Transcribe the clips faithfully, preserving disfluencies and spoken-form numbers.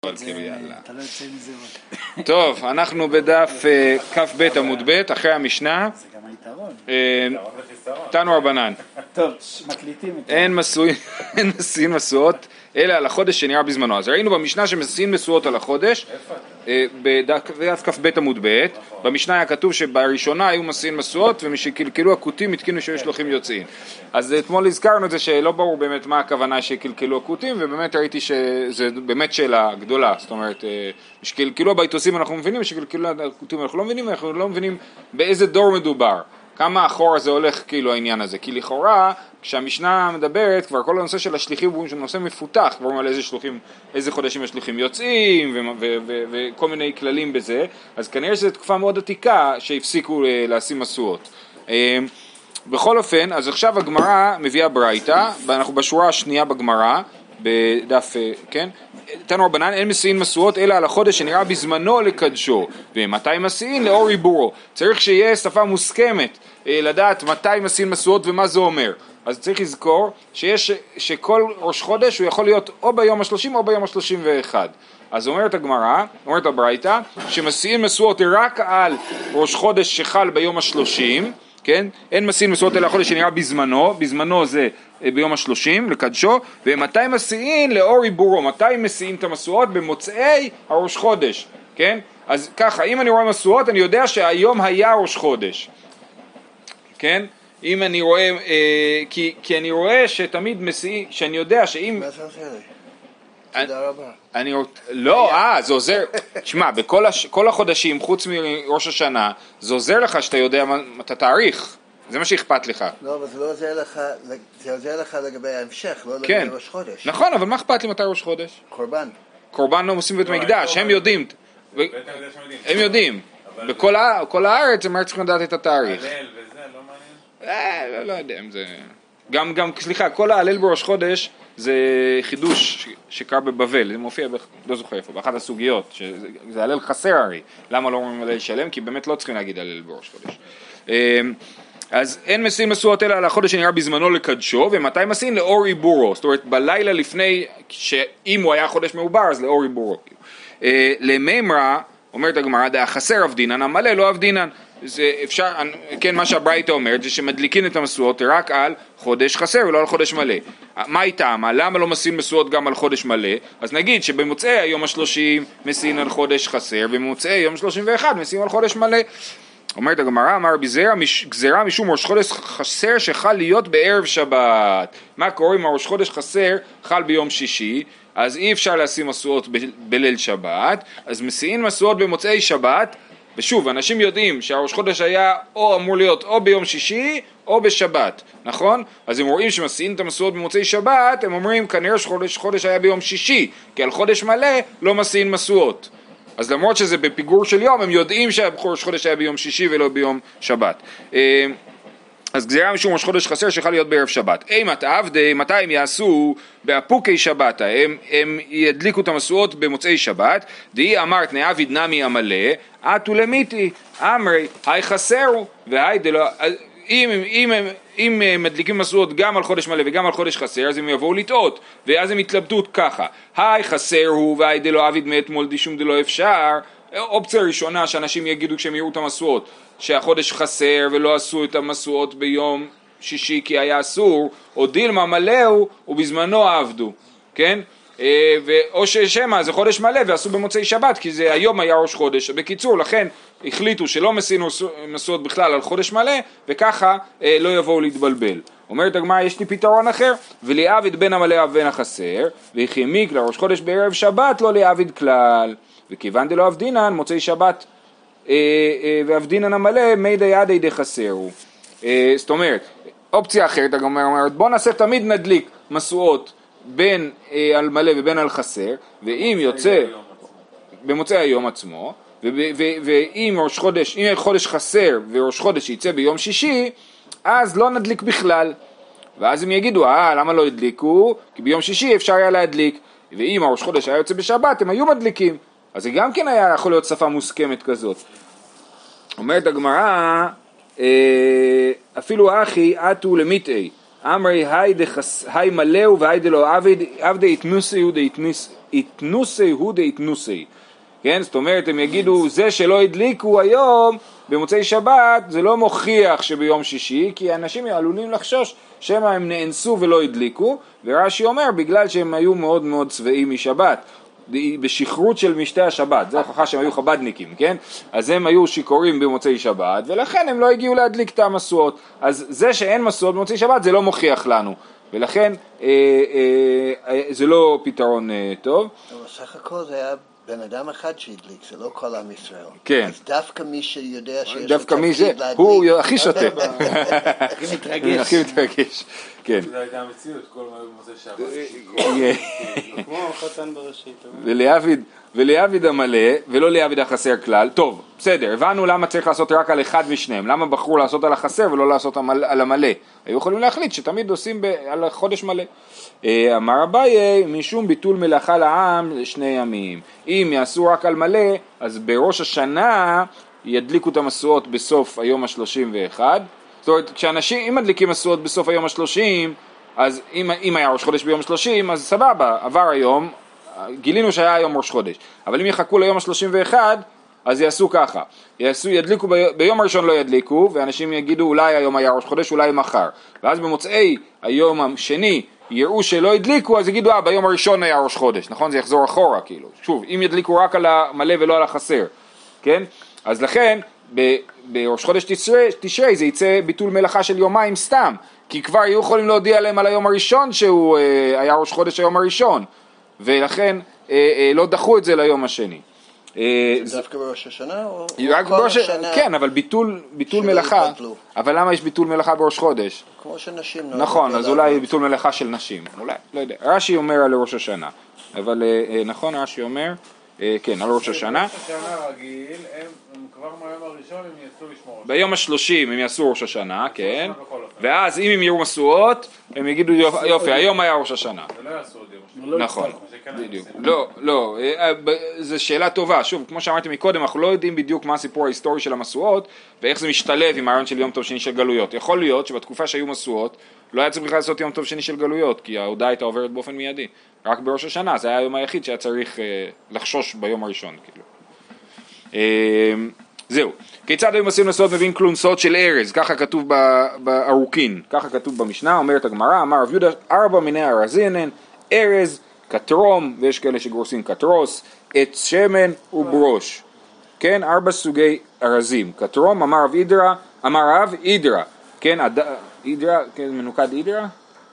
טוב, אנחנו בדף כף בית עמוד בית, אחרי המשנה. זה גם היתרון. תנו רבנן. טוב, מקליטים את זה. אין מסין משואות, אלא על החודש שנראה בזמנו. אז ראינו במשנה שמסין משואות על החודש, בדף כף בית עמוד בית. במשנה היה כתוב שבראשונה היו מסין משואות, ומשקלקלו הכותים התקינו שיש שלוחים יוצאים. אז אתמול הזכרנו את זה שלא ברור באמת מה הכוונה שקלקלו הכותים, ובאמת ראיתי שזה באמת שאלה גדולה. זאת אומרת, שקלקלו הביתוסים אנחנו מבינים, שקלקלו הכותים אנחנו לא מבינים, אנחנו לא מבינים באיזה דור מדובר. כמה אחורה זה הולך כאילו העניין הזה, כי לכאורה כשהמשנה מדברת כבר כל הנושא של השליחים הוא נושא מפותח, כבר על איזה שלוחים, איזה חודשים השליחים יוצאים וכל מיני כללים בזה, אז כנראה שזו תקופה מאוד עתיקה שהפסיקו לשים משואות. בכל אופן, אז עכשיו הגמרא מביאה ברייתא, ואנחנו בשורה השנייה בגמרא, בדף, כן? תנו רבנן, אין מסיעין משואות אלא על החודש שנראה בזמנו לקדשו, ומתי מסיעין לאור עיבורו. צריך שיהיה שפה מוסכמת לדעת מתי מסיעין משואות ומה זה אומר. אז צריך לזכור שיש, שכל ראש חודש הוא יכול להיות או ביום השלושים או ביום השלושים ואחד. אז אומרת הגמרא, אומרת הברייתא, שמסיעין משואות רק על ראש חודש שחל ביום השלושים, כן? אין מסיעין משואות אלא החודש שנראה בזמנו, בזמנו זה ביום השלושים לקדשו, ומתי מסיעין לאור עיבורו, מתי מסיעים את המשואות? במוצאי הראש חודש, כן? אז ככה, אם אני רואה משואות, אני יודע שהיום היה ראש חודש, כן? אם אני רואה, אה, כי, כי אני רואה שתמיד מסיעים, שאני יודע שאם... מה אתה עושה לי? תודה רבה. אני, לא, אה, זה עוזר, תשמע, בכל הש, כל החודשים, חוץ מראש השנה, זה עוזר לך שאתה יודע מה, אתה תאריך, זה מה שאכפת לך. לא, אבל זה לא עוזר לך, זה עוזר לך לגבי ההמשך, לא כן. לגבי ראש חודש. נכון, אבל מה אכפת לי מתי ראש חודש? קורבן. קורבן לא עושים בית מקדש, הם יודעים. הם יודעים. בכל הארץ הם צריכים לדעת את התאריך. הלל וזה, לא מעניין? לא יודע אם זה... גם, גם, סליחה, כל ההלל בראש חודש זה חידוש שקרה בבבל, זה מופיע, לא זוכר איפה, באחת הסוגיות, שזה הלל חסר הרי. למה לא אומרים הלל שלם? כי באמת לא צריכים להגיד הלל בראש חודש. אז אין מסיעין משואות אלא על החודש שנראה בזמנו לקדשו, ומתי מסיעין? לאור עיבורו, זאת אומרת בלילה לפני, שאם הוא היה חודש מעובר אז לאור עיבורו. למימרא, אומרת הגמרא, דא חסר אבדינן, המלא לא אבדינן. זה אפשר, כן, מה שהברייתא אומרת זה שמדליקין את המשואות רק על חודש חסר ולא על חודש מלא. מה איתה? מה? למה לא מסיעים משואות גם על חודש מלא? אז נגיד שבמוצאי היום השלושים מסיעים על חודש חסר, ובמוצאי יום שלושים ואחד מסיעים על חודש מלא. אומרת הגמרא, אמר בזרע גזירה משום ראש חודש חסר שחל להיות בערב שבת. מה קורה אם הראש חודש חסר חל ביום שישי? אז אי אפשר לשים משואות ב- בליל שבת, אז מסיעים משואות במוצאי שבת, ושוב, אנשים יודעים שהראש חודש היה או אמור להיות או ביום שישי או בשבת, נכון? אז הם רואים שמסיעים את המשואות במוצאי שבת, הם אומרים כנראה שחודש חודש היה ביום שישי, כי על חודש מלא לא מסיעים משואות. אז למרות שזה בפיגור של יום, הם יודעים שהראש חודש היה ביום שישי ולא ביום שבת. אז גזירה משום ראש חודש חסר שיכול להיות בערב שבת. אימת עבדי, מתי הם יעשו? באפוקי שבת, הם, הם ידליקו את המשואות במוצאי שבת, דהי אמרת נעביד נמי המלא, עטו למיתי, אמרי, היי חסרו, והי דלא... אם, אם, אם, אם מדליקים משואות גם על חודש מלא וגם על חודש חסר, אז הם יבואו לטעות, ואז הם יתלבטו ככה, היי חסר הוא, והי דלא עביד מאתמול דישום דלא אפשר. אופציה ראשונה שאנשים יגידו כשהם יראו את המשואות, שהחודש חסר ולא עשו את המשואות ביום שישי כי היה אסור, או דילמה מלאו ובזמנו עבדו, כן? או ששמה זה חודש מלא ועשו במוצאי שבת כי זה היום היה ראש חודש. בקיצור, לכן החליטו שלא מסינו משואות בכלל על חודש מלא, וככה לא יבואו להתבלבל. אומרת הגמרא, יש לי פתרון אחר, וליעביד בין המלא ובין החסר, וכימיק לראש חודש בערב שבת לא ליעביד כלל, וכיוון דלא אבדינן מוצאי שבת ואבדינן המלא מידי ידי די חסרו. זאת אומרת, אופציה אחרת, הגמרא אומרת, בוא נעשה תמיד נדליק משואות בין על מלא ובין על חסר, ואם יוצא במוצאי היום עצמו, ואם ראש חודש, אם חודש חסר וראש חודש יצא ביום שישי, אז לא נדליק בכלל. ואז הם יגידו, אה, למה לא הדליקו? כי ביום שישי אפשר היה להדליק, ואם הראש חודש היה יוצא בשבת, הם היו מדליקים. אז זה גם כן היה יכול להיות שפה מוסכמת כזאת. אומרת הגמרא, אפילו אחי עטו למיתאי, אמרי היי מלאו והי דלא עבדי יתנוסהו יתנוסהו דהיתנוסי. כן, זאת אומרת, הם יגידו, זה שלא הדליקו היום במוצאי שבת, זה לא מוכיח שביום שישי, כי אנשים עלולים לחשוש שמה הם נאנסו ולא הדליקו, ורש"י אומר, בגלל שהם היו מאוד מאוד צבעים משבת, בשכרות של משתי השבת, זו הוכחה שהם היו חבדניקים, כן? אז הם היו שיכורים במוצאי שבת, ולכן הם לא הגיעו להדליק את המסועות. אז זה שאין מסועות במוצאי שבת, זה לא מוכיח לנו, ולכן אה, אה, אה, זה לא פתרון אה, טוב. אבל סך הכל זה היה בן אדם אחד שהדליק, זה לא כל עם ישראל. כן. אז דווקא מי שיודע שיש דווקא לו מי זה, תפקיד להדליק. הוא הכי שוטה. הכי מתרגש. הכי מתרגש, כן. זה הייתה המציאות, כל מה במוצאי שבת. כמו חתן בראשית. וליעביד, וליעביד המלא, ולא ליעביד החסר כלל. טוב, בסדר, הבנו למה צריך לעשות רק על אחד משניהם. למה בחרו לעשות על החסר ולא לעשות על המלא? היו יכולים להחליט שתמיד עושים על חודש מלא. אמר אביי, משום ביטול מלאכה לעם לשני ימים. אם יעשו רק על מלא, אז בראש השנה ידליקו את המסועות בסוף היום השלושים ואחד. זאת אומרת, כשאנשים, אם מדליקים מסועות בסוף היום השלושים, אז אם, אם היה ראש חודש ביום שלושים, אז סבבה, עבר היום, גילינו שהיה היום ראש חודש. אבל אם יחכו ליום השלושים ואחד, אז יעשו ככה. יעשו, ידליקו, ב, ביום הראשון לא ידליקו, ואנשים יגידו אולי היום היה ראש חודש, אולי מחר. ואז במוצאי היום השני, יראו שלא הדליקו, אז יגידו, אה, ביום הראשון היה ראש חודש, נכון? זה יחזור אחורה, כאילו. שוב, אם ידליקו רק על המלא ולא על החסר, כן? אז לכן, ב, בראש חודש תשרי, תשרי, זה יצא ביטול מלאכה של יומיים סתם, כי כבר יהיו יכולים להודיע להם על היום הראשון שהוא אה, היה ראש חודש היום הראשון, ולכן אה, אה, לא דחו את זה ליום השני. זה דווקא בראש השנה או רק כל בראש... השנה? כן, אבל ביטול, ביטול מלאכה, יתבטלו. אבל למה יש ביטול מלאכה בראש חודש? כמו שנשים נכון, אז אולי ביטול מלאכה של נשים, אולי, לא יודע. רש"י אומר על ראש השנה, אבל נכון, רש"י אומר, כן, על ראש השנה. בראש השנה רגיל, הם כבר מהיום הראשון הם יצאו לשמור. ביום השלושים הם יעשו ראש השנה, כן, ואז אם הם יראו מסועות, הם יגידו יופי, היום היה ראש השנה. זה לא יעשו עוד יום. נכון, בדיוק. לא, לא, זו שאלה טובה. שוב, כמו שאמרתי מקודם, אנחנו לא יודעים בדיוק מה הסיפור ההיסטורי של המסועות, ואיך זה משתלב עם הרעיון של יום טוב שני של גלויות. יכול להיות שבתקופה שהיו מסועות, לא היה צריך בכלל לעשות יום טוב שני של גלויות, כי ההודעה הייתה עוברת באופן מיידי. רק בראש השנה, זה היה היום היחיד שהיה צריך לחשוש ביום הראשון, כאילו. זהו. כיצד היו עושים מסועות מבין כלונסות של ארז? ככה כתוב בארוכין, ככה כתוב במשנה, אומרת הגמרא, אמר רב יהודה, ארבע מיני ארזינן, ארז, קטרום, ויש כאלה שגורסים קטרוס, עץ שמן וברוש. כן, ארבע סוגי ארזים. קטרום, אמר רב אידרא, אמר רב אידרא. כן, אידרא, כן, מנוקד אידרא?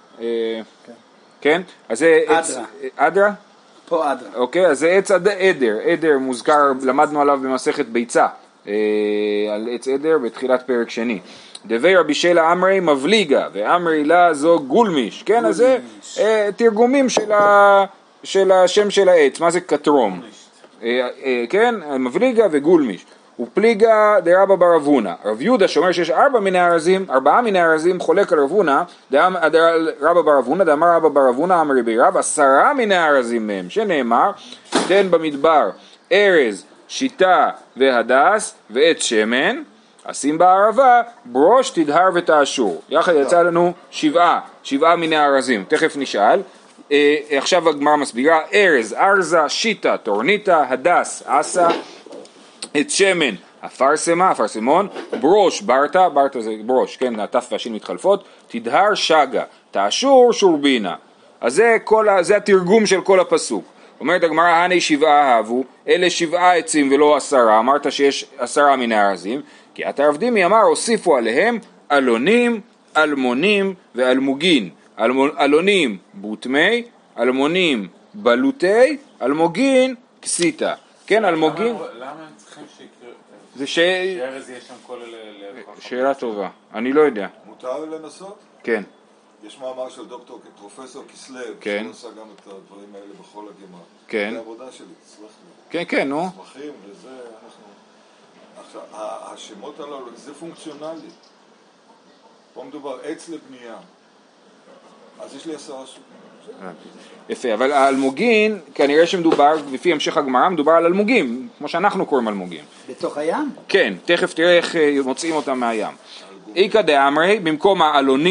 כן, אז זה עץ... אדרא? פה אדרא. אוקיי, אז זה עץ עדר. עדר מוזכר, למדנו עליו במסכת ביצה, על עץ עדר בתחילת פרק שני. דבי רבי שלה אמרי מבליגה, ואמרי לה זו גולמיש, כן, אז זה אה, תרגומים של, ה, של השם של העץ, מה זה קטרום, אה, אה, כן, מבליגה וגולמיש, ופליגה דרבא בר אבונה, רב יהודה שאומר שיש ארבע מיני ארזים, ארבעה מיני ארזים חולק על רבונה, רבא בר אבונה, דאמר רבא בר אבונה, אמרי בי רב, עשרה מיני ארזים מהם, שנאמר, תן במדבר ארז, שיטה והדס ועץ שמן, אשים בערבה, ברוש תדהר ותאשור. יחד יצא לנו שבעה, שבעה מיני ארזים. תכף נשאל. אה, עכשיו הגמרא מסבירה, ארז, ארזה, שיטה, טורניטה, הדס, אסה, עץ שמן, אפרסמה, אפרסמון, ברוש, ברטה, ברטה זה ברוש, כן, התף והשין מתחלפות, תדהר שגה, תאשור שורבינה. אז זה, כל, זה התרגום של כל הפסוק. אומרת הגמרא, הני שבעה אהבו, אלה שבעה עצים ולא עשרה, אמרת שיש עשרה מיני ארזים, כי אתה רב דימי אמר, הוסיפו עליהם אלונים, אלמונים ואלמוגין. אלונים בוטמי, אלמונים בלוטי, אלמוגין כסיתה. כן, אלמוגין... למה הם צריכים שיקראו? זה ש... שארז יש שם כל אלה... שאלה טובה, אני לא יודע. מותר לנסות? כן. יש מאמר של דוקטור, פרופסור כסלב, כן. שהוא עושה גם את הדברים האלה בכל הגמרא. כן. זה העבודה שלי, תסלח לי. כן, כן, נו. מסמכים וזה, אנחנו... עכשיו, השמות הללו, זה פונקציונלי. פה מדובר עץ לבנייה. אז יש לי עשרה סוגים. יפה, אבל האלמוגין, כנראה שמדובר, לפי המשך הגמרא, מדובר על אלמוגים, כמו שאנחנו קוראים אלמוגים. בתוך הים? כן, תכף תראה איך מוצאים אותם מהים. איקא דאמרי, במקום האלונים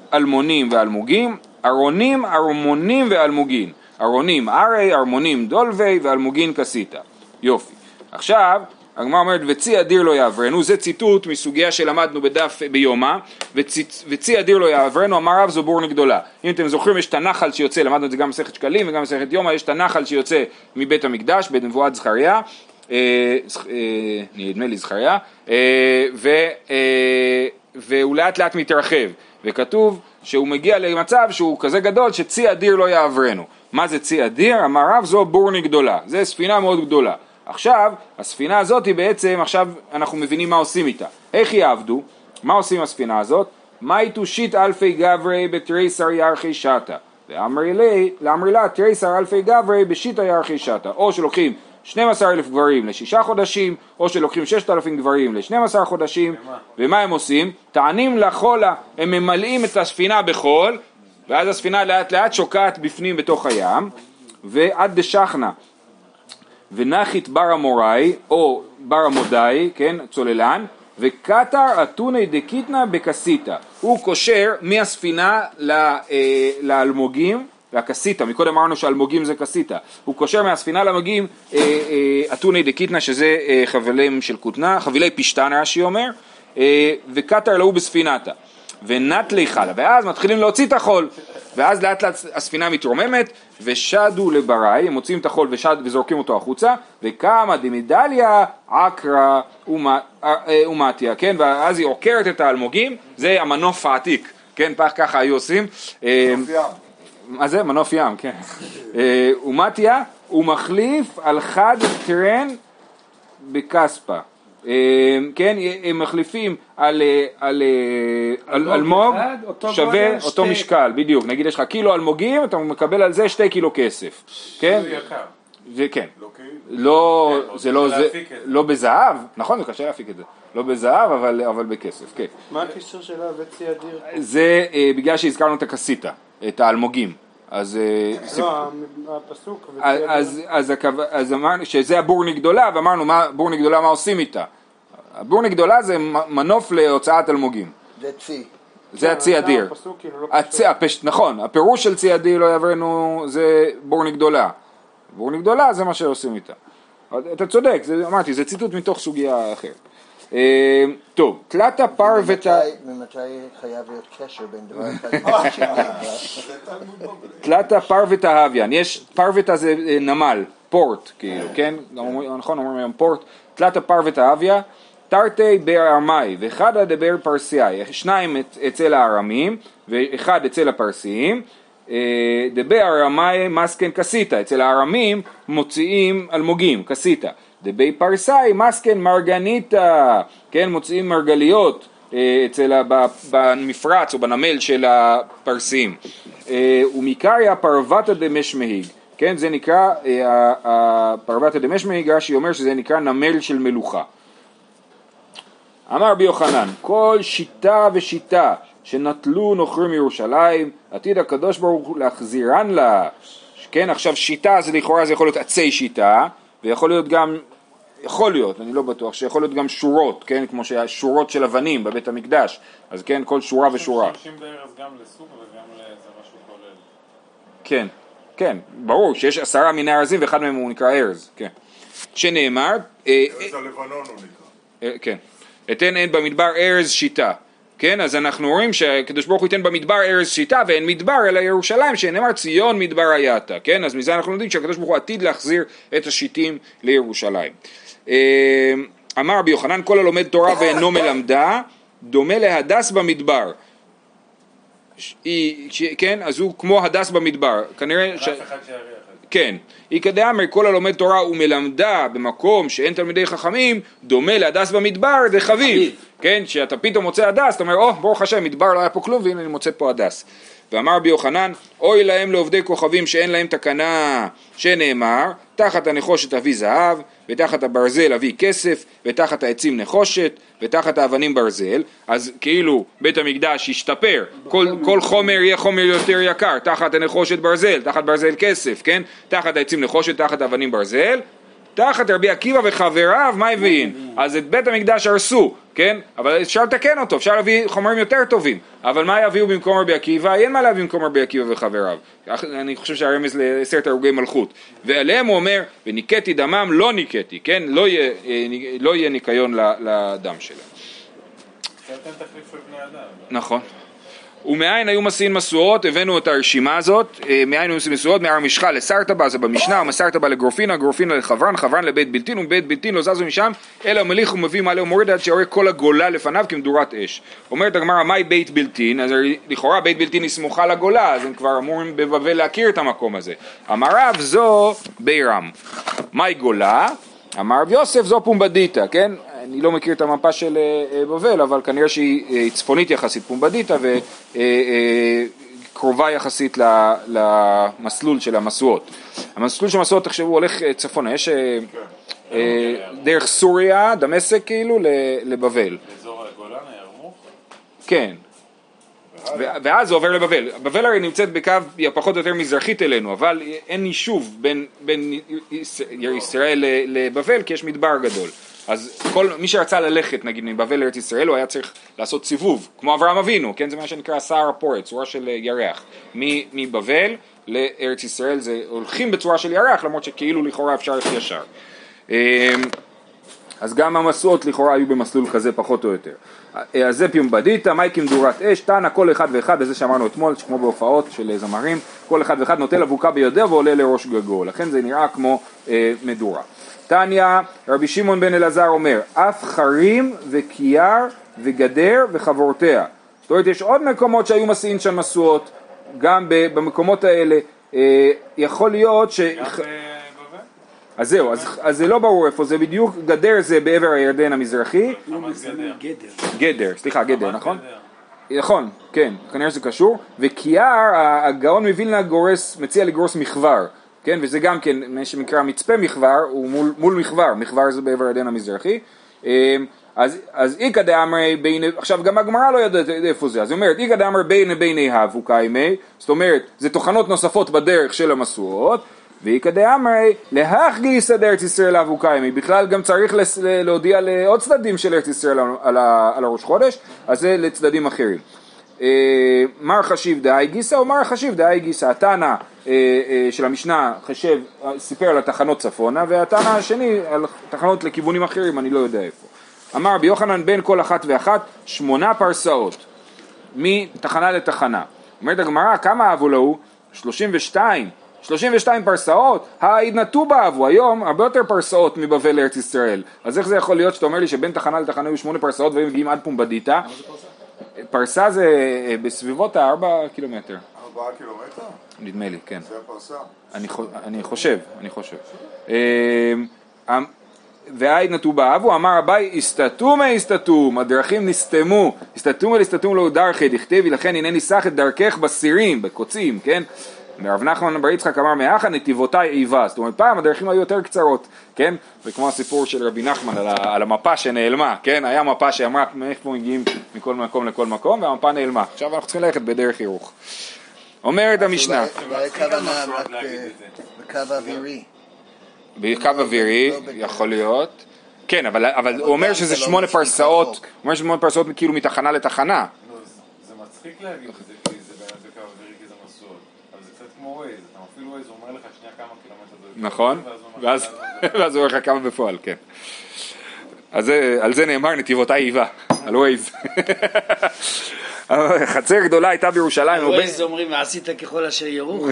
אלמונים ואלמוגים, ארונים, ארמונים ואלמוגין. ארונים ארי, ארמונים דולבי ואלמוגין כסיתה. יופי. עכשיו, הגמרא אומרת, וצי אדיר לא יעברנו, זה ציטוט מסוגיה שלמדנו בדף ביומא, וצי, וצי אדיר לא יעברנו, אמר רב זו בורני גדולה. אם אתם זוכרים, יש את הנחל שיוצא, למדנו את זה גם מסכת שקלים וגם מסכת יומא, יש את הנחל שיוצא מבית המקדש, בנבואת זכריה, אה, אה, נדמה לי זכריה, אה, ו, אה, והוא לאט לאט מתרחב, וכתוב שהוא מגיע למצב שהוא כזה גדול שצי אדיר לא יעברנו. מה זה צי אדיר? אמר רב זו בורני גדולה, זה ספינה מאוד גדולה. עכשיו, הספינה הזאת היא בעצם, עכשיו אנחנו מבינים מה עושים איתה. איך יעבדו? מה עושים הספינה הזאת? מה איתו שיט אלפי גברי בתריסר ירחי שטה? לאמרי לה, תריסר אלפי גברי בשיטה ירחי שטה. או שלוקחים שנים עשר אלף גברים לשישה חודשים, או שלוקחים ששת אלפים גברים ל-שנים עשר חודשים. ומה הם עושים? טענים לחולה, הם ממלאים את הספינה בחול, ואז הספינה לאט לאט שוקעת בפנים בתוך הים, ועד דשכנה. ונחית בר המוראי, או בר המודאי, כן, צוללן, וקטר אתוני דקיטנה בקסיטה. הוא קושר מהספינה לאלמוגים, לקסיטה, מקודם אמרנו שאלמוגים זה קסיטה. הוא קושר מהספינה לאלמוגים אתוני דקיטנה, שזה חבילים של כותנה, חבילי פשטן רש"י אומר, וקטר לאו בספינתה. ונת ליחלה, ואז מתחילים להוציא את החול, ואז לאט לאט הספינה מתרוממת, ושדו לבראי, הם מוצאים את החול ושד, וזורקים אותו החוצה, וכמה דמדליה עקרה ומתיה, כן, ואז היא עוקרת את האלמוגים, זה המנוף העתיק, כן, פח ככה היו עושים. מנוף ים. מה זה? מנוף ים, כן. ומתיה, הוא מחליף על חד טרן בקספה. כן, הם מחליפים על אלמוג שווה אותו משקל, בדיוק, נגיד יש לך קילו אלמוגים, אתה מקבל על זה שתי קילו כסף, כן? זה יקר. זה כן, לא, זה לא בזהב, נכון, זה קשה להפיק את זה, לא בזהב אבל בכסף, כן. מה הקישור שלה וצי אדיר? זה בגלל שהזכרנו את הקסיטה, את האלמוגים. אז לא, הפסוק אז אמרנו שזה הבורני גדולה, ואמרנו בורני גדולה מה עושים איתה. הבורני גדולה זה מנוף להוצאת אלמוגים. זה צי. זה הצי אדיר. נכון, הפירוש של צי אדיר לא יעברנו זה בורני גדולה. בורני גדולה זה מה שעושים איתה. אתה צודק, אמרתי, זה ציטוט מתוך סוגיה אחרת. טוב, תלתה פרוותה... ממתי חייב להיות קשר בין דבר אחד לשני? תלתה פרוותה הוויין, יש, פרוותה זה נמל, פורט, כאילו, כן? נכון, אומרים היום פורט. תלתה פרוותה הוויה, תרתי בארמי, ואחד הדבר פרסיאי, שניים אצל הארמים, ואחד אצל הפרסיים, דבי ארמי מסקן קסיטה, אצל הארמים מוציאים אלמוגים, קסיטה. דבי פרסאי מסקן מרגניטה, כן, מוצאים מרגליות אצל במפרץ או בנמל של הפרסים. ומקריה פרוותא דמשמהיג, כן, זה נקרא פרוותא דמשמהיג, רש"י אומר שזה נקרא נמל של מלוכה. אמר רבי יוחנן, כל שיטה ושיטה שנטלו נוכרים מירושלים, עתיד הקדוש ברוך הוא להחזירן לה. כן, עכשיו שיטה זה לכאורה, זה יכול להיות עצי שיטה, ויכול להיות גם, יכול להיות, אני לא בטוח, שיכול להיות גם שורות, כן, כמו שהשורות של אבנים בבית המקדש, אז כן, כל שורה ושורה. משתמשים בארז גם לסוג וגם לאיזה משהו כולל. כן, כן, ברור, שיש עשרה מיני ארזים ואחד מהם הוא נקרא ארז, כן. שנאמר, ארז הלבנון הוא נקרא. כן, אתן אין במדבר ארז שיטה. כן, אז אנחנו רואים שהקדוש ברוך הוא ייתן במדבר ארז שיטה ואין מדבר אלא ירושלים, שנאמר ציון מדבר הייתה, כן, אז מזה אנחנו יודעים שהקדוש ברוך הוא עתיד להחזיר את השיטים לירושלים. אמר רבי יוחנן, כל הלומד תורה ואינו מלמדה, דומה להדס במדבר. כן, אז הוא כמו הדס במדבר, כנראה ש... כן, היא כדאמר כל הלומד תורה ומלמדה במקום שאין תלמידי חכמים, דומה להדס במדבר דחביב, כן, שאתה פתאום מוצא הדס, אתה אומר, או, ברוך השם, מדבר לא היה פה כלום, והנה אני מוצא פה הדס. ואמר רבי יוחנן, אוי להם לעובדי כוכבים שאין להם תקנה, שנאמר, תחת הנחושת אביא זהב, ותחת הברזל אביא כסף, ותחת העצים נחושת, ותחת האבנים ברזל. אז כאילו בית המקדש ישתפר, כל, כל חומר יהיה חומר יותר יקר, תחת הנחושת ברזל, תחת ברזל כסף, כן? תחת העצים נחושת, תחת האבנים ברזל, תחת רבי עקיבא וחבריו, מה הבין? אז את בית המקדש הרסו, כן? אבל אפשר לתקן אותו, אפשר להביא חומרים יותר טובים, אבל מה יביאו במקום רבי עקיבא? אין מה להביא במקום רבי עקיבא וחבריו. אני חושב שהרמז לעשרת הרוגי מלכות. ועליהם הוא אומר, וניקתי דמם, לא ניקתי, כן? לא יהיה, לא יהיה ניקיון לדם שלהם. זה אתם תחליפו בני אדם. נכון. ומאין היו מסין משואות, הבאנו את הרשימה הזאת, מאין היו מסין משואות, מהר משחה לסרטבה, זה במשנה, ומסרטבה לגרופינה, גרופינה לחברן, חברן לבית בלתין, ובית בלתין לא זזו משם, אלא מליך ומביא מעלה ומוריד עד שיורה כל הגולה לפניו כמדורת אש. אומרת הגמרא, מהי בית בלתין? אז לכאורה בית בלתין היא סמוכה לגולה, אז הם כבר אמורים בבבל להכיר את המקום הזה. אמר רב זו בירם. מהי גולה? אמר רב יוסף זו פומבדיטה, כן? אני לא מכיר את המפה של בבל, אבל כנראה שהיא צפונית יחסית פומבדיטה וקרובה יחסית למסלול של המשואות. המסלול של המשואות, תחשבו, הולך צפונה, יש דרך סוריה, דמשק כאילו, לבבל. באזור הגולן, הירמוך? כן. ואז זה עובר לבבל. בבל הרי נמצאת בקו פחות או יותר מזרחית אלינו, אבל אין יישוב בין, בין ישראל לבבל, כי יש מדבר גדול. אז כל מי שרצה ללכת נגיד מבבל לארץ ישראל הוא היה צריך לעשות סיבוב כמו אברהם אבינו, כן, זה מה שנקרא סער הפורט, צורה של ירח. מבבל לארץ ישראל זה הולכים בצורה של ירח, למרות שכאילו לכאורה אפשר ללכת ישר. אז גם המסעות לכאורה היו במסלול כזה פחות או יותר. אז זה פיומבדיטה, מהי כמדורת אש, תנא כל אחד ואחד, וזה שאמרנו אתמול, כמו בהופעות של זמרים, כל אחד ואחד נוטל אבוקה בידו ועולה לראש גגו, לכן זה נראה כמו אה, מדורה. תניא, רבי שמעון בן אלעזר אומר, אף חרים וקייר וגדר וחבורתיה. זאת אומרת, יש עוד מקומות שהיו מסיעים שם משואות, גם במקומות האלה, אה, יכול להיות ש... גם בבבל? אז זהו, אז, אז זה לא ברור איפה, זה בדיוק, גדר זה בעבר הירדן המזרחי. גדר. גדר, סליחה, גדר, נכון? נכון, כן, כנראה שזה קשור. וקייר, הגאון מווילנה גורס, מציע לגרוס מחבר. כן, וזה גם כן, מה שמקרא מצפה מחבר, הוא מול, מול מחבר, מחבר זה בעבר הירדן המזרחי. אז, אז איקא דאמרי בין, עכשיו גם הגמרא לא יודעת איפה זה, אז היא אומרת, איקא דאמרי בין ביני הבו קיימי, זאת אומרת, זה תוכנות נוספות בדרך של המשואות, ואיקא דאמרי להחגיס את ארץ ישראל הבו קיימי, בכלל גם צריך להודיע לעוד צדדים של ארץ ישראל על, על הראש חודש, אז זה לצדדים אחרים. מר חשיב דאי גיסא ומר חשיב דאי גיסא, התנא של המשנה חשב, סיפר על התחנות צפונה, והתנא השני על תחנות לכיוונים אחרים, אני לא יודע איפה. אמר רבי יוחנן בין כל אחת ואחת שמונה פרסאות מתחנה לתחנה. אומרת הגמרא, כמה אהבו לו? שלושים ושתיים. שלושים ושתיים פרסאות, העידנתו באבו, היום הרבה יותר פרסאות מבבל לארץ ישראל. אז איך זה יכול להיות שאתה אומר לי שבין תחנה לתחנה היו שמונה פרסאות והם מגיעים עד פומבדיטה? פרסה זה בסביבות הארבע קילומטר. ארבעה קילומטר? נדמה לי, כן. זה הפרסה? אני, אני חושב, אני חושב. והעיד נטו באבו, אמר אביי, הסתתומה הסתתום, הדרכים נסתמו, הסתתומה הסתתום לא דרכי, דכתיבי, לכן הנני סח את דרכך בסירים, בקוצים, כן? רב נחמן בר יצחק אמר מאחה נתיבותיי איבה, זאת אומרת פעם הדרכים היו יותר קצרות, כן? זה כמו הסיפור של רבי נחמן על, על המפה שנעלמה, כן? היה מפה שאמרה מאיפה מגיעים מכל מקום לכל מקום והמפה נעלמה, עכשיו אנחנו צריכים ללכת בדרך ירוך. אומרת המשנה, אולי כוונה רק בקו אווירי. בקו אווירי יכול להיות, כן, אבל, אבל הוא אומר שזה שמונה פרסאות, הוא אומר שמונה פרסאות כאילו מתחנה לתחנה. זה מצחיק להגיד את זה, כי זה באמת בקו אווירי, כי זה מסורת. אבל זה קצת כמו ווייז, אתה מפעיל ווייז, הוא אומר לך שנייה כמה קילומטר. נכון, ואז הוא אומר לך כמה בפועל, כן. אז על זה נאמר נתיבותיי איבה, על ווייז. חצר גדולה הייתה בירושלים. על ווייז אומרים, ועשית ככל אשר ירוך.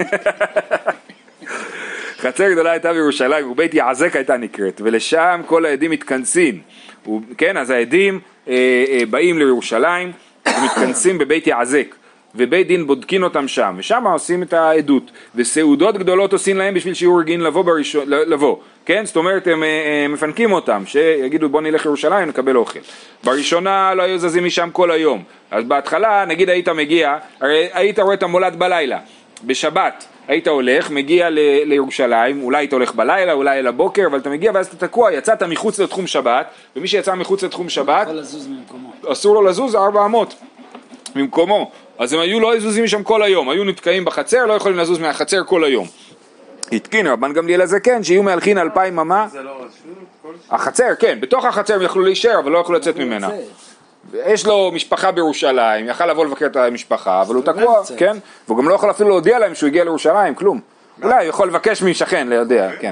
חצר גדולה הייתה בירושלים, ובית יעזק הייתה נקראת, ולשם כל העדים מתכנסים. כן, אז העדים אה, אה, באים לירושלים, ומתכנסים בבית יעזק, ובית דין בודקים אותם שם, ושם עושים את העדות, וסעודות גדולות עושים להם בשביל שיהיו רגילים לבוא בראשון, לבוא, כן? זאת אומרת, הם, הם מפנקים אותם, שיגידו בוא נלך לירושלים, נקבל אוכל. בראשונה לא היו זזים משם כל היום, אז בהתחלה, נגיד היית מגיע, הרי היית רואה את המולד בלילה, בשבת, היית הולך, מגיע ל- לירושלים, אולי היית הולך בלילה, אולי לבוקר, אבל אתה מגיע ואז אתה תקוע, יצאת מחוץ לתחום שבת, ומי שיצא מחוץ לתחום שבת, אסור לו לזוז ארבע אמות ממקומו, אז הם היו לא יזוזים משם כל היום, היו נתקעים בחצר, לא יכולים לזוז מהחצר כל היום. התקין רבן גמליאל הזקן, שיהיו מהלכין אלפיים אמה. זה לא רשות, כל החצר, כן, בתוך החצר הם יכלו להישאר, אבל לא יכלו לצאת ממנה. יש לו משפחה בירושלים, יכל לבוא לבקר את המשפחה, אבל הוא תקוע, כן? והוא גם לא יכול אפילו להודיע להם שהוא הגיע לירושלים, כלום. אולי הוא יכול לבקש משכן, ליודע, כן.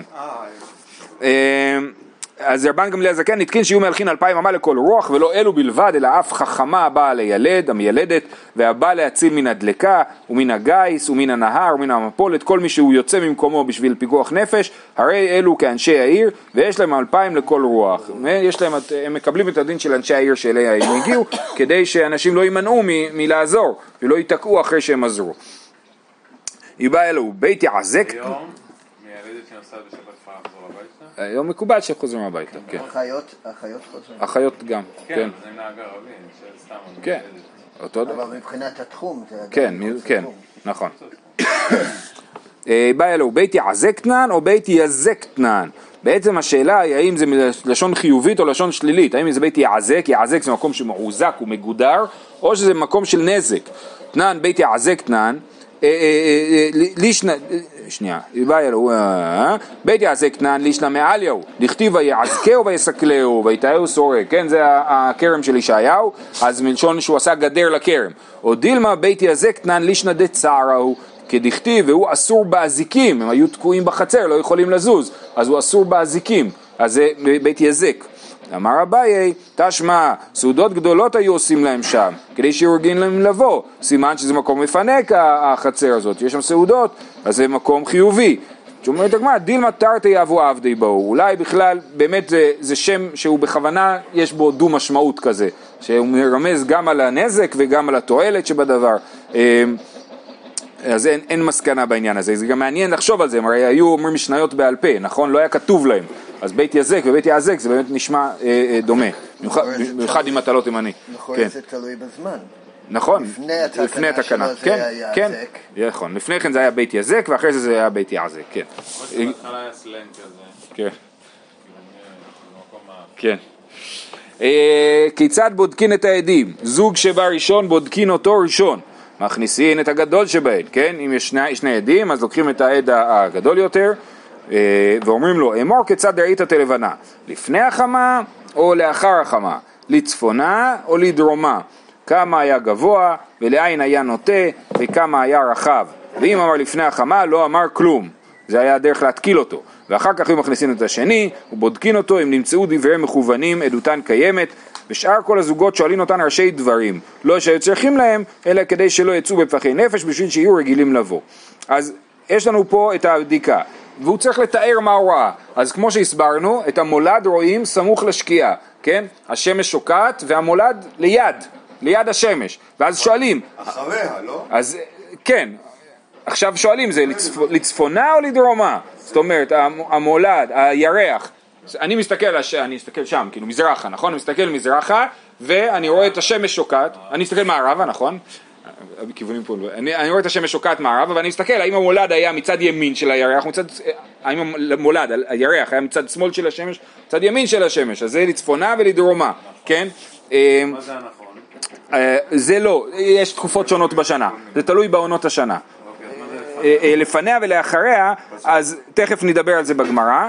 אז רבן גמליאל הזקן נתקין שיהיו מהלכין אלפיים אמה לכל רוח, ולא אלו בלבד, אלא אף חכמה הבאה לילד, המילדת, והבאה להציל מן הדלקה, ומן הגייס, ומן הנהר, ומן המפולת, כל מי שהוא יוצא ממקומו בשביל פיקוח נפש, הרי אלו כאנשי העיר, ויש להם אלפיים לכל רוח. יש להם, הם מקבלים את הדין של אנשי העיר שאליה הם הגיעו, כדי שאנשים לא יימנעו מ- מלעזור, ולא ייתקעו אחרי שהם עזרו. יבא אלו, בית יעזק... היום, מילדת שנוסעת בשבת יכולה לחזור הביתה? היום מקובל שחוזרים הביתה, כן. אחיות, אחיות חוזרים. אחיות גם, כן, כן. זה נהג ערבי, של סתם. כן, אותו דבר. אבל מבחינת התחום, זה כן, עדיין מ- חוץ כן, לתחום. נכון. בא אלו, בית יעזק תנן או בית יזק תנן? בעצם השאלה היא האם זה לשון חיובית או לשון שלילית, האם זה בית יעזק, יעזק זה מקום שמעוזק ומגודר, או שזה מקום של נזק. תנן, בית יעזק תנן, לישנה, שנייה, בא אלו, בית יעזק תנן, לישנה מעליהו, לכתיב ויעזקהו ויסקלהו, ויתאהו סורק, כן, זה הכרם של ישעיהו, אז מלשון שהוא עשה גדר לכרם. או דילמה, בית יעזק תנן, לישנה דצערהו, כדכתיב, והוא אסור באזיקים, הם היו תקועים בחצר, לא יכולים לזוז, אז הוא אסור באזיקים, אז זה בית יזק. אמר אביי, תשמע, סעודות גדולות היו עושים להם שם, כדי שיורגין להם לבוא, סימן שזה מקום מפנק החצר הזאת, יש שם סעודות, אז זה מקום חיובי. שאומרת הגמרא, דילמה תרתי יבוא עבדי בו, אולי בכלל באמת זה, זה שם שהוא בכוונה, יש בו דו משמעות כזה, שהוא מרמז גם על הנזק וגם על התועלת שבדבר. אז אין, אין מסקנה בעניין הזה, זה גם מעניין לחשוב על זה, הם הרי היו אומרים משניות בעל פה, נכון? לא היה כתוב להם, אז בית יזק ובית יעזק זה באמת נשמע אה, אה, דומה, במיוחד אם אתה לא תימני. נכון, כן. זה תלוי בזמן. נכון, לפני התקנה שלו כן, זה היה כן, יעזק. נכון, לפני כן זה היה בית יזק ואחרי זה זה היה בית יעזק, כן. כמו שבהתחלה היה סלנג כזה. כן. במקום ה... כן. אה, כיצד בודקין את העדים? זוג שבא ראשון בודקין אותו ראשון. מכניסין את הגדול שבהן, כן? אם יש שני, שני עדים, אז לוקחים את העד הגדול יותר, אה, ואומרים לו, אמור כיצד ראית תלבנה? לפני החמה או לאחר החמה? לצפונה או לדרומה? כמה היה גבוה ולעין היה נוטה וכמה היה רחב? ואם אמר לפני החמה, לא אמר כלום. זה היה הדרך להתקיל אותו. ואחר כך הם מכניסים את השני, ובודקין אותו, אם נמצאו דבריהם מכוונים, עדותן קיימת, ושאר כל הזוגות שואלים אותן ראשי דברים, לא שהיו צריכים להם, אלא כדי שלא יצאו בפחי נפש, בשביל שיהיו רגילים לבוא. אז יש לנו פה את הבדיקה, והוא צריך לתאר מה הוא ראה. אז כמו שהסברנו, את המולד רואים סמוך לשקיעה, כן? השמש שוקעת והמולד ליד, ליד השמש. ואז שואלים... אחריה, לא? אז כן, עכשיו שואלים, זה לצפ... לצפונה או לדרומה? זאת אומרת, המולד, הירח, אני מסתכל, אני מסתכל שם, כאילו מזרחה, נכון? אני מסתכל מזרחה, ואני רואה את השמש שוקעת, אני מסתכל מערבה, נכון? בכיוונים פה, אני, אני רואה את השמש שוקעת מערבה, ואני מסתכל, האם המולד היה מצד ימין של הירח, מצד, האם המולד, הירח, היה מצד שמאל של השמש, מצד ימין של השמש, אז זה לצפונה ולדרומה, כן? מה זה הנכון? זה לא, יש תקופות שונות בשנה, זה תלוי בעונות השנה. לפניה ולאחריה, אז תכף נדבר על זה בגמרא.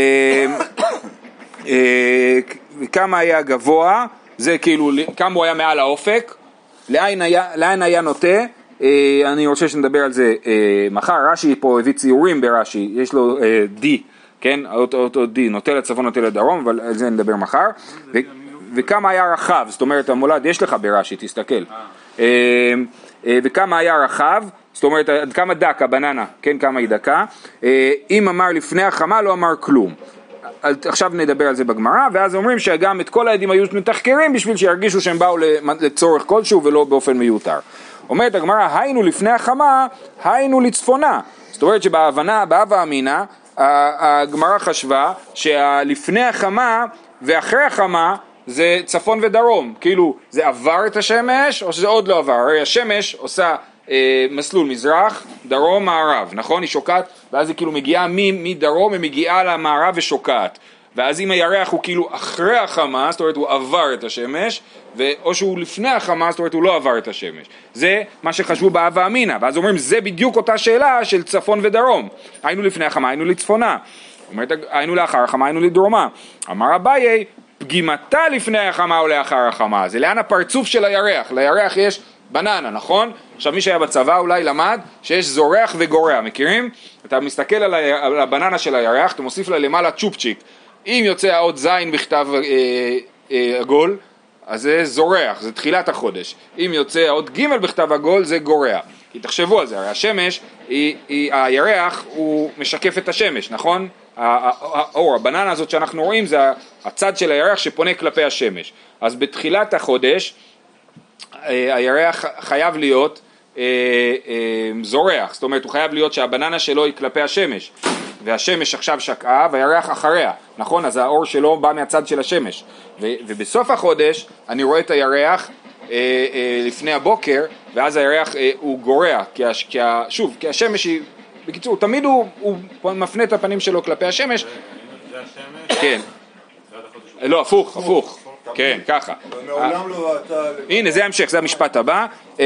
כמה היה גבוה, זה כאילו כמה הוא היה מעל האופק, לאן היה, לאן היה נוטה, אני רוצה שנדבר על זה מחר. רש"י פה הביא ציורים ברש"י, יש לו די, כן, אותו די, נוטה לצפון נוטה לדרום, אבל על זה נדבר מחר. וכמה היה רחב, זאת אומרת המולד יש לך ברש"י, תסתכל. וכמה היה רחב, זאת אומרת עד כמה דקה, בננה, כן, כמה היא דקה. אם אמר לפני החמה לא אמר כלום. עכשיו נדבר על זה בגמרא, ואז אומרים שגם את כל העדים היו מתחקרים בשביל שירגישו שהם באו לצורך כלשהו ולא באופן מיותר. אומרת הגמרא, היינו לפני החמה, היינו לצפונה. זאת אומרת שבהבנה, בהווה אמינא, הגמרא חשבה שלפני החמה ואחרי החמה זה צפון ודרום, כאילו זה עבר את השמש או שזה עוד לא עבר, הרי השמש עושה אה, מסלול מזרח, דרום, מערב, נכון? היא שוקעת, ואז היא כאילו מגיעה מדרום, היא מגיעה למערב ושוקעת, ואז אם הירח הוא כאילו אחרי החמה, זאת אומרת הוא עבר את השמש, או שהוא לפני החמה, זאת אומרת הוא לא עבר את השמש. זה מה שחשבו בהווה אמינא, ואז אומרים זה בדיוק אותה שאלה של צפון ודרום, היינו לפני החמה, היינו לצפונה. אומרת, היינו לאחר החמה, היינו לדרומה. אמר אביי, פגימתה לפני החמה או לאחר החמה. זה לאן הפרצוף של הירח. לירח יש בננה, נכון? עכשיו מי שהיה בצבא אולי למד שיש זורח וגורע, מכירים? אתה מסתכל על, ה... על הבננה של הירח, אתה מוסיף לה למעלה צ'ופצ'יק. אם יוצא האות זין בכתב אה, אה, עגול, אז זה זורח, זה תחילת החודש. אם יוצא האות ג' בכתב עגול, זה גורע. כי תחשבו על זה, הרי השמש, היא, היא, הירח הוא משקף את השמש, נכון? האור, הבננה הזאת שאנחנו רואים זה הצד של הירח שפונה כלפי השמש. אז בתחילת החודש הירח חייב להיות אה, אה, זורח, זאת אומרת הוא חייב להיות שהבננה שלו היא כלפי השמש, והשמש עכשיו שקעה והירח אחריה, נכון? אז האור שלו בא מהצד של השמש, ו, ובסוף החודש אני רואה את הירח אה, אה, לפני הבוקר, ואז הירח אה, הוא גורע, כי, הש, כי ה, שוב, כי השמש היא, בקיצור, תמיד הוא, הוא מפנה את הפנים שלו כלפי השמש. זה השמש? כן. לא, הפוך, הפוך. כן, ככה. מעולם לא ראתה... הנה, זה המשך, זה המשפט הבא.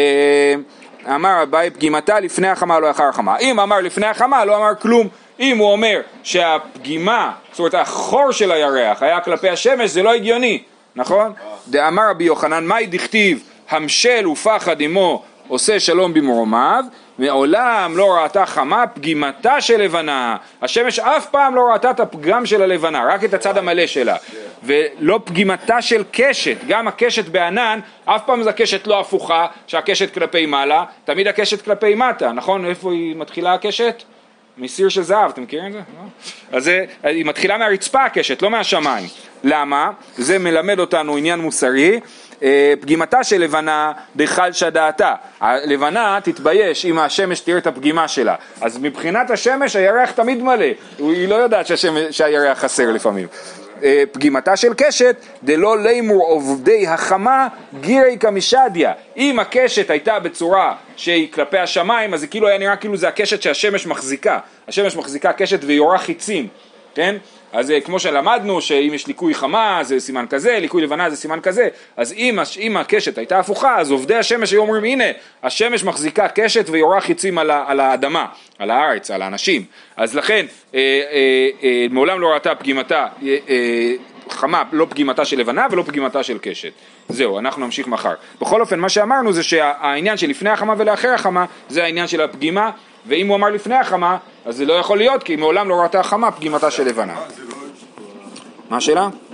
אמר אביי, פגימתה לפני החמה, לא אחר החמה. אם אמר לפני החמה, לא אמר כלום. אם הוא אומר שהפגימה, זאת אומרת, החור של הירח היה כלפי השמש, זה לא הגיוני, נכון? דאמר רבי יוחנן, מהי דכתיב, המשל ופחד עמו עושה שלום במרומיו, מעולם לא ראתה חמה פגימתה של לבנה. השמש אף פעם לא ראתה את הפגם של הלבנה, רק את הצד המלא שלה. ולא פגימתה של קשת, גם הקשת בענן, אף פעם זה הקשת לא הפוכה, שהקשת כלפי מעלה, תמיד הקשת כלפי מטה, נכון? איפה היא מתחילה הקשת? מסיר של זהב, אתם מכירים את זה? לא? אז זה, היא מתחילה מהרצפה הקשת, לא מהשמיים. למה? זה מלמד אותנו עניין מוסרי, פגימתה של לבנה בחלשה דעתה. הלבנה תתבייש אם השמש תראה את הפגימה שלה. אז מבחינת השמש הירח תמיד מלא, היא לא יודעת שהשמש, שהירח חסר לפעמים. פגימתה של קשת דלא לימור עובדי החמה גירי כמשדיה. אם הקשת הייתה בצורה שהיא כלפי השמיים, אז זה כאילו היה נראה כאילו זה הקשת שהשמש מחזיקה. השמש מחזיקה קשת ויורה חיצים, כן? אז כמו שלמדנו שאם יש ליקוי חמה זה סימן כזה, ליקוי לבנה זה סימן כזה, אז אם, אם הקשת הייתה הפוכה, אז עובדי השמש היו אומרים, הנה, השמש מחזיקה קשת ויורה חיצים על, על האדמה, על הארץ, על האנשים. אז לכן, אה, אה, אה, מעולם לא ראתה פגימתה, אה, אה, חמה, לא פגימתה של לבנה ולא פגימתה של קשת. זהו, אנחנו נמשיך מחר. בכל אופן, מה שאמרנו זה שהעניין של לפני החמה ולאחר החמה, זה העניין של הפגימה, ואם הוא אמר לפני החמה, אז זה לא יכול להיות, כי מעולם לא ראתה החמה פגימתה של לבנה. מה השאלה?